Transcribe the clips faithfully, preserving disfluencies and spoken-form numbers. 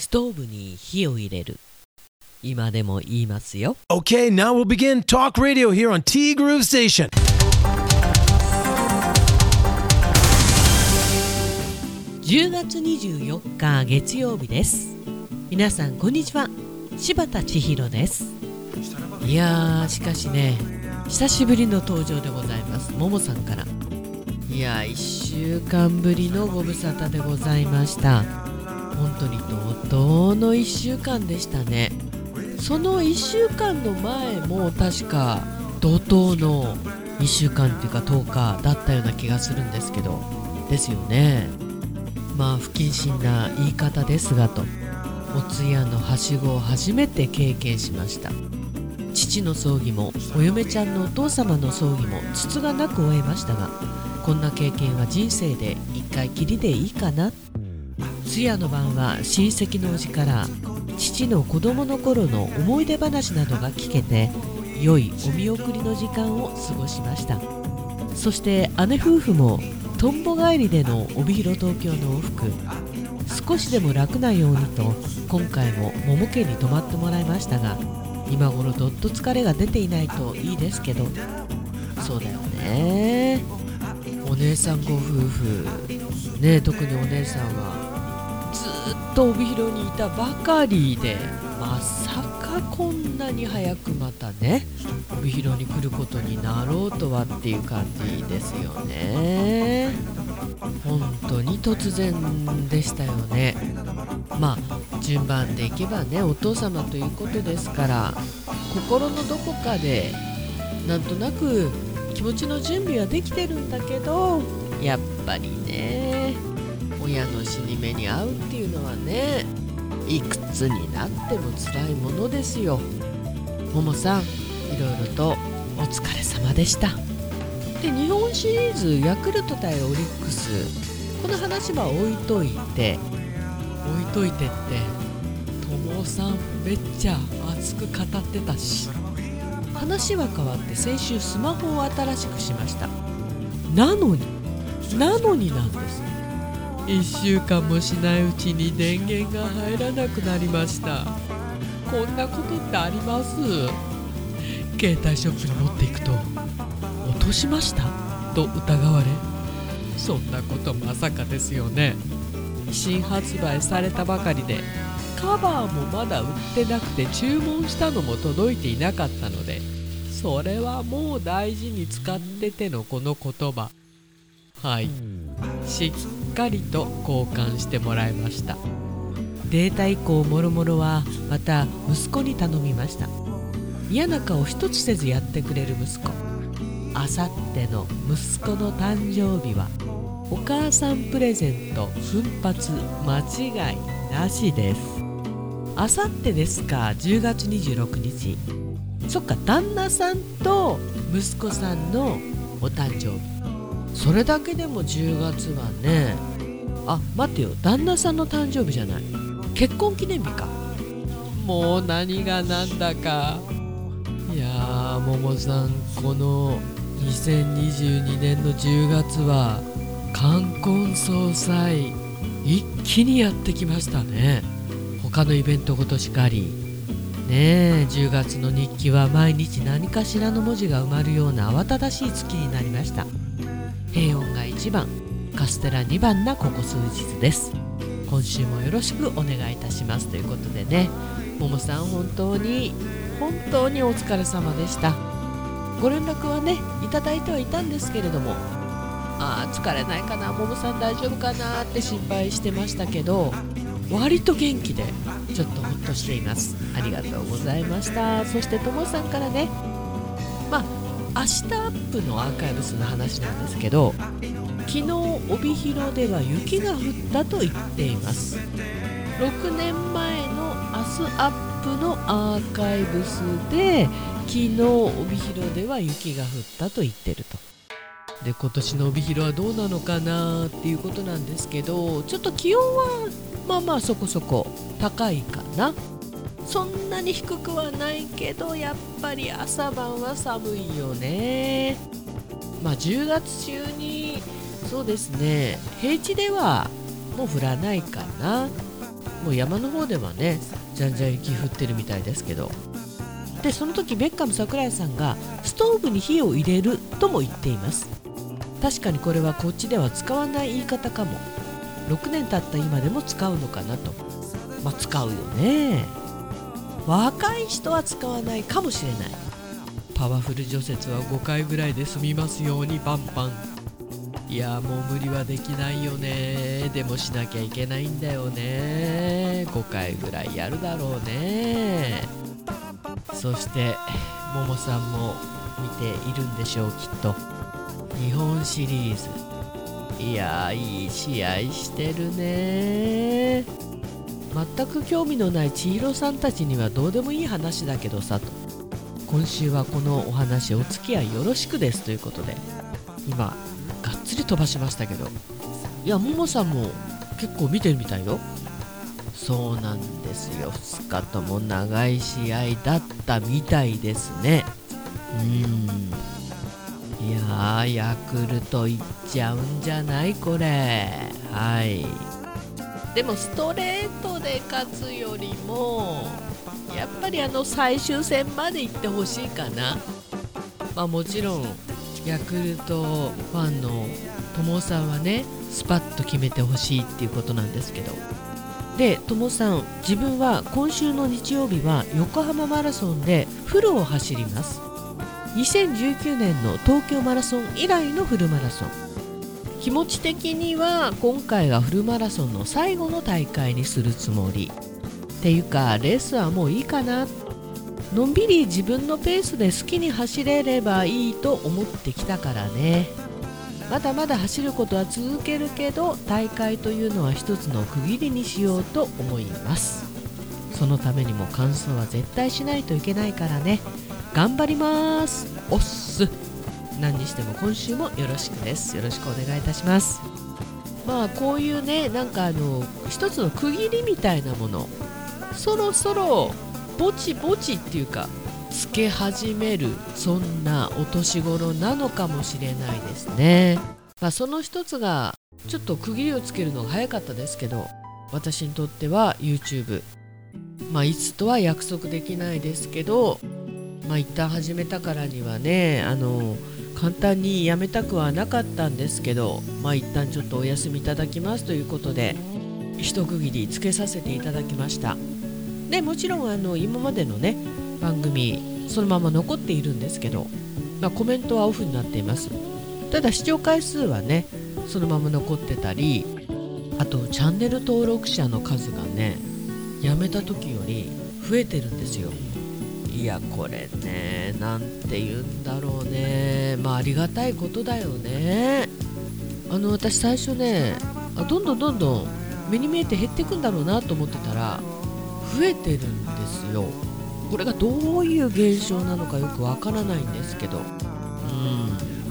ストーブに火を入れる。今でも言いますよ。 Okay, now we'll begin Talk Radio here on T Groove Station. じゅうがつにじゅうよっか月曜日です。皆さんこんにちは、柴田千尋です。いやー、しかしね、久しぶりの登場でございます。ももさんから。いやー、いっしゅうかんぶりのご無沙汰でございました。本当に怒涛のいっしゅうかんでしたね。そのいっしゅうかんの前も確か怒涛のいっしゅうかんっていうかとおかだったような気がするんですけど、ですよね。まあ不謹慎な言い方ですがと、お通夜のはしごを初めて経験しました。父の葬儀もお嫁ちゃんのお父様の葬儀もつつがなく終えましたが、こんな経験は人生で一回きりでいいかな。通夜の晩は親戚のおじから父の子供の頃の思い出話などが聞けて、良いお見送りの時間を過ごしました。そして姉夫婦もとんぼ帰りでの帯広東京の往復、少しでも楽なようにと今回も桃家に泊まってもらいましたが、今頃どっと疲れが出ていないといいですけど。そうだよね、お姉さんご夫婦ね、特にお姉さんはずっと帯広にいたばかりで、まさかこんなに早くまたね帯広に来ることになろうとはっていう感じですよね。本当に突然でしたよね。まあ順番でいけばね、お父様ということですから、心のどこかでなんとなく気持ちの準備はできてるんだけど、やっぱりね、親の死に目に遭うっていうのはね、いくつになっても辛いものですよ。ももさん、いろいろとお疲れ様でした。で、日本シリーズヤクルト対オリックス、この話は置いといて置いといてってともさんめっちゃ熱く語ってたし、話は変わって先週スマホを新しくしました。なのになのになんです。いっしゅうかんもしないうちに電源が入らなくなりました。こんなことってあります？携帯ショップに持っていくと、落としましたと疑われ、そんなことまさかですよね。新発売されたばかりで、カバーもまだ売ってなくて、注文したのも届いていなかったので、それはもう大事に使っててのこの言葉、はい、しっかりと交換してもらいました。データ移行もろもろはまた息子に頼みました。嫌な顔一つせずやってくれる息子。あさっての息子の誕生日はお母さんプレゼント奮発間違いなしです。あさってですか、じゅうがつにじゅうろくにち。そっか、旦那さんと息子さんのお誕生日。それだけでもじゅうがつはね、あ、待ってよ、旦那さんの誕生日じゃない、結婚記念日か。もう何がなんだか。いやー、ももさん、このにせんにじゅうにねんのじゅうがつは冠婚葬祭一気にやってきましたね。他のイベントごとしかりねえ、じゅうがつの日記は毎日何かしらの文字が埋まるような慌ただしい月になりました。平穏がいちばん、カステラにばんなここ数日です。今週もよろしくお願いいたしますということでね、ももさん本当に本当にお疲れ様でした。ご連絡はねいただいてはいたんですけれども、あー疲れないかな、ももさん大丈夫かなって心配してましたけど、割と元気でちょっとほっとしています。ありがとうございました。そしてともさんからね、まあ明日アップのアーカイブスの話なんですけど、昨日帯広では雪が降ったと言っています。ろくねんまえの明日アップのアーカイブスで、昨日帯広では雪が降ったと言ってると。で、今年の帯広はどうなのかなっていうことなんですけど、ちょっと気温はまあまあそこそこ高いかな。そんなに低くはないけど、やっぱり朝晩は寒いよね。まあじゅうがつ中にそうですね、平地ではもう降らないかな。 もう山の方ではねじゃんじゃん雪降ってるみたいですけど、でその時ベッカム桜井さんがストーブに火を入れるとも言っています。確かにこれはこっちでは使わない言い方かも。ろくねん経った今でも使うのかなと。まあ使うよね。若い人は使わないかもしれない。パワフル除雪はごかいぐらいで済みますようにパンパン。いやもう無理はできないよね。でもしなきゃいけないんだよね。ごかいぐらいやるだろうね。そしてももさんも見ているんでしょうきっと。日本シリーズ、いやいい試合してるね。全く興味のない千尋さんたちにはどうでもいい話だけどさと、今週はこのお話お付き合いよろしくですということで、今がっつり飛ばしましたけど、いやももさんも結構見てるみたいよ。そうなんですよ、ふつかとも長い試合だったみたいですね。うーん、いやーヤクルトいっちゃうんじゃないこれ。はい、でもストレートで勝つよりもやっぱりあの最終戦まで行ってほしいかな。まあもちろんヤクルトファンの友さんはねスパッと決めてほしいっていうことなんですけど、で友さん自分は今週の日曜日は横浜マラソンでフルを走ります。にせんじゅうきゅうねんの東京マラソン以来のフルマラソン。気持ち的には今回がフルマラソンの最後の大会にするつもりっていうか、レースはもういいかな、のんびり自分のペースで好きに走れればいいと思ってきたからね。まだまだ走ることは続けるけど、大会というのは一つの区切りにしようと思います。そのためにも完走は絶対しないといけないからね、頑張ります。おっす。何にしても今週もよろしくです。よろしくお願いいたします。まあこういうね、なんかあの一つの区切りみたいなもの、そろそろぼちぼちっていうかつけ始める、そんなお年頃なのかもしれないですね。まあ、その一つがちょっと区切りをつけるのが早かったですけど、私にとっては YouTube、まあ、いつとは約束できないですけど、まあ、一旦始めたからにはね、あの簡単にやめたくはなかったんですけど、まあ、一旦ちょっとお休みいただきますということで一区切りつけさせていただきました。でもちろんあの今までのね番組そのまま残っているんですけど、まあ、コメントはオフになっています。ただ視聴回数はねそのまま残ってたり、あとチャンネル登録者の数がねやめた時より増えてるんですよ。いやこれね、なんて言うんだろうね、まあありがたいことだよね。あの私最初ね、あどんどんどんどん目に見えて減っていくんだろうなと思ってたら増えてるんですよ。これがどういう現象なのかよくわからないんですけど、うん、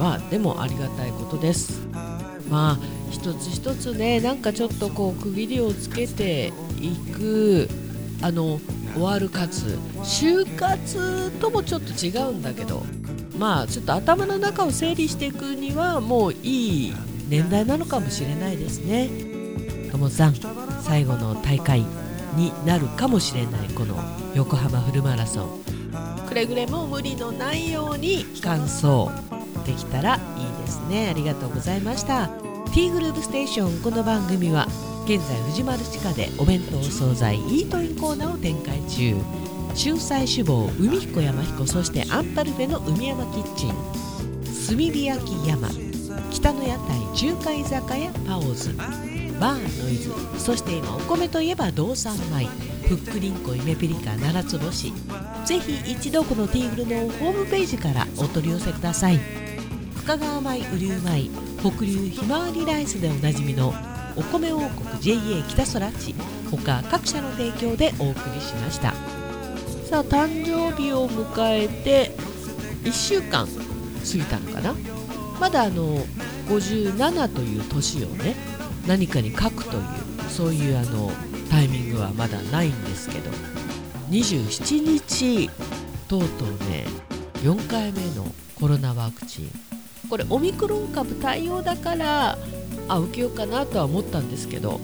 まあでもありがたいことです。まあ一つ一つね、なんかちょっとこう区切りをつけていく、あの終わる活就活ともちょっと違うんだけど、まあちょっと頭の中を整理していくにはもういい年代なのかもしれないですね。ともさん最後の大会になるかもしれないこの横浜フルマラソン、くれぐれも無理のないように完走できたらいいですね。ありがとうございました。 T グループステーション、この番組は現在藤丸地下でお弁当惣菜イートインコーナーを展開中。春菜志望海彦山彦、そしてアンパルフェの海山キッチン、炭火焼き山、北の屋台中華居酒屋パオズ、バーノイズ、そして今お米といえば道産米、ふっくりんこ夢ピリカ七つ星。ぜひ一度このティーグルのホームページからお取り寄せください。深川米、雨竜米、北流ひまわりライスでおなじみのお米王国 ジェイエー 北空地、他各社の提供でお送りしました。さあ誕生日を迎えていっしゅうかん過ぎたのかな。まだあのごじゅうななという年をね何かに書くというそういうあのタイミングはまだないんですけど、にじゅうしちにちとうとうねよんかいめのコロナワクチン、これオミクロン株対応だからあ受けようかなとは思ったんですけど、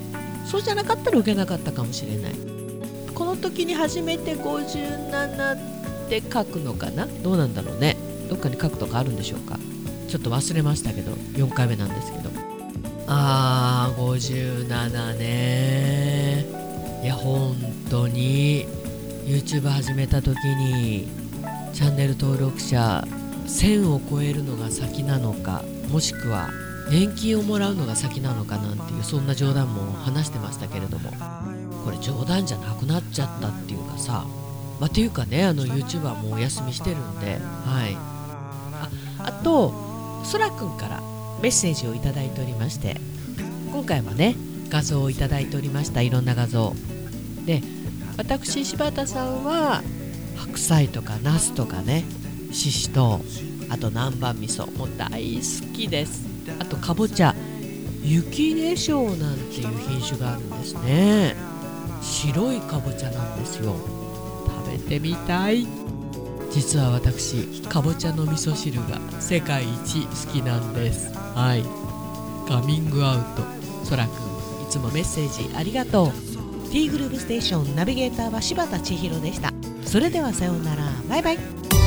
そうじゃなかったら受けなかったかもしれない。この時に初めてごじゅうななって書くのかな、どうなんだろうね。どっかに書くとかあるんでしょうか。ちょっと忘れましたけど、よんかいめなんですけど、あーごじゅうななね。いや本当に YouTube 始めた時にチャンネル登録者せんを超えるのが先なのか、もしくは年金をもらうのが先なのかなんていう、そんな冗談も話してましたけれども、これ冗談じゃなくなっちゃったっていうかさ、まあ、っていうかね、あの YouTuber もお休みしてるんで、はい。あ, あとそらくんからメッセージをいただいておりまして、今回はね画像をいただいておりました。いろんな画像で、私柴田さんは白菜とかナスとかね、ししとう、あと南蛮味噌もう大好きです。あとかぼちゃ、雪化粧なんていう品種があるんですね。白いかぼちゃなんですよ。食べてみたい。実は私かぼちゃの味噌汁が世界一好きなんです。はい、カミングアウト。そらくんいつもメッセージありがとう。 T グループステーションナビゲーターは柴田千尋でした。それではさようなら、バイバイ。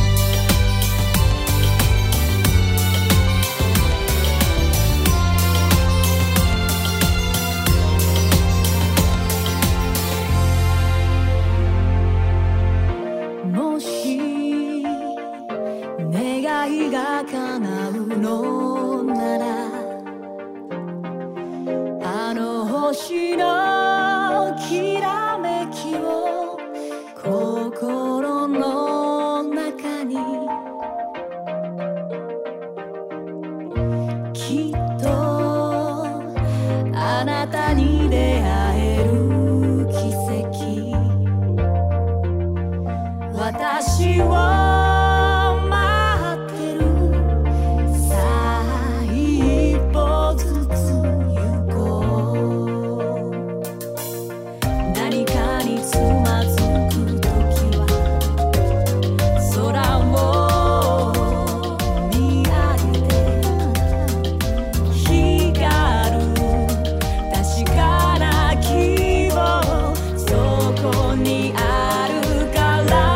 もし願いが叶うのなら、あの星のきらめきを心の中に、きっとあなたに出会える奇跡、私を待ってる。さあ一歩ずつ行こう。何かにつまずくときは空を見上げて、光る確かな希望、そこにあるから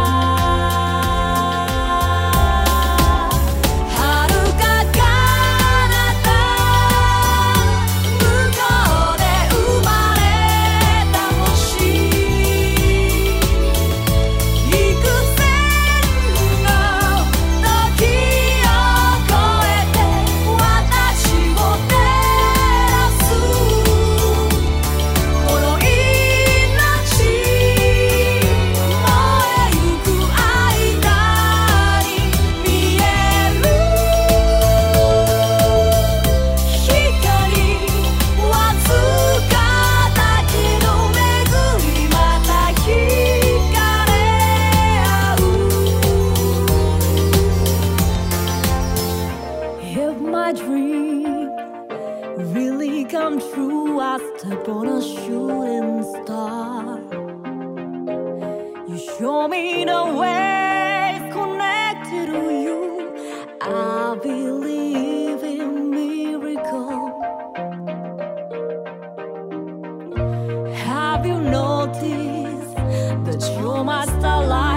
come true, I step on a shooting star. You show me the way, connected to you. I believe in miracle. Have you noticed that you're my starlight?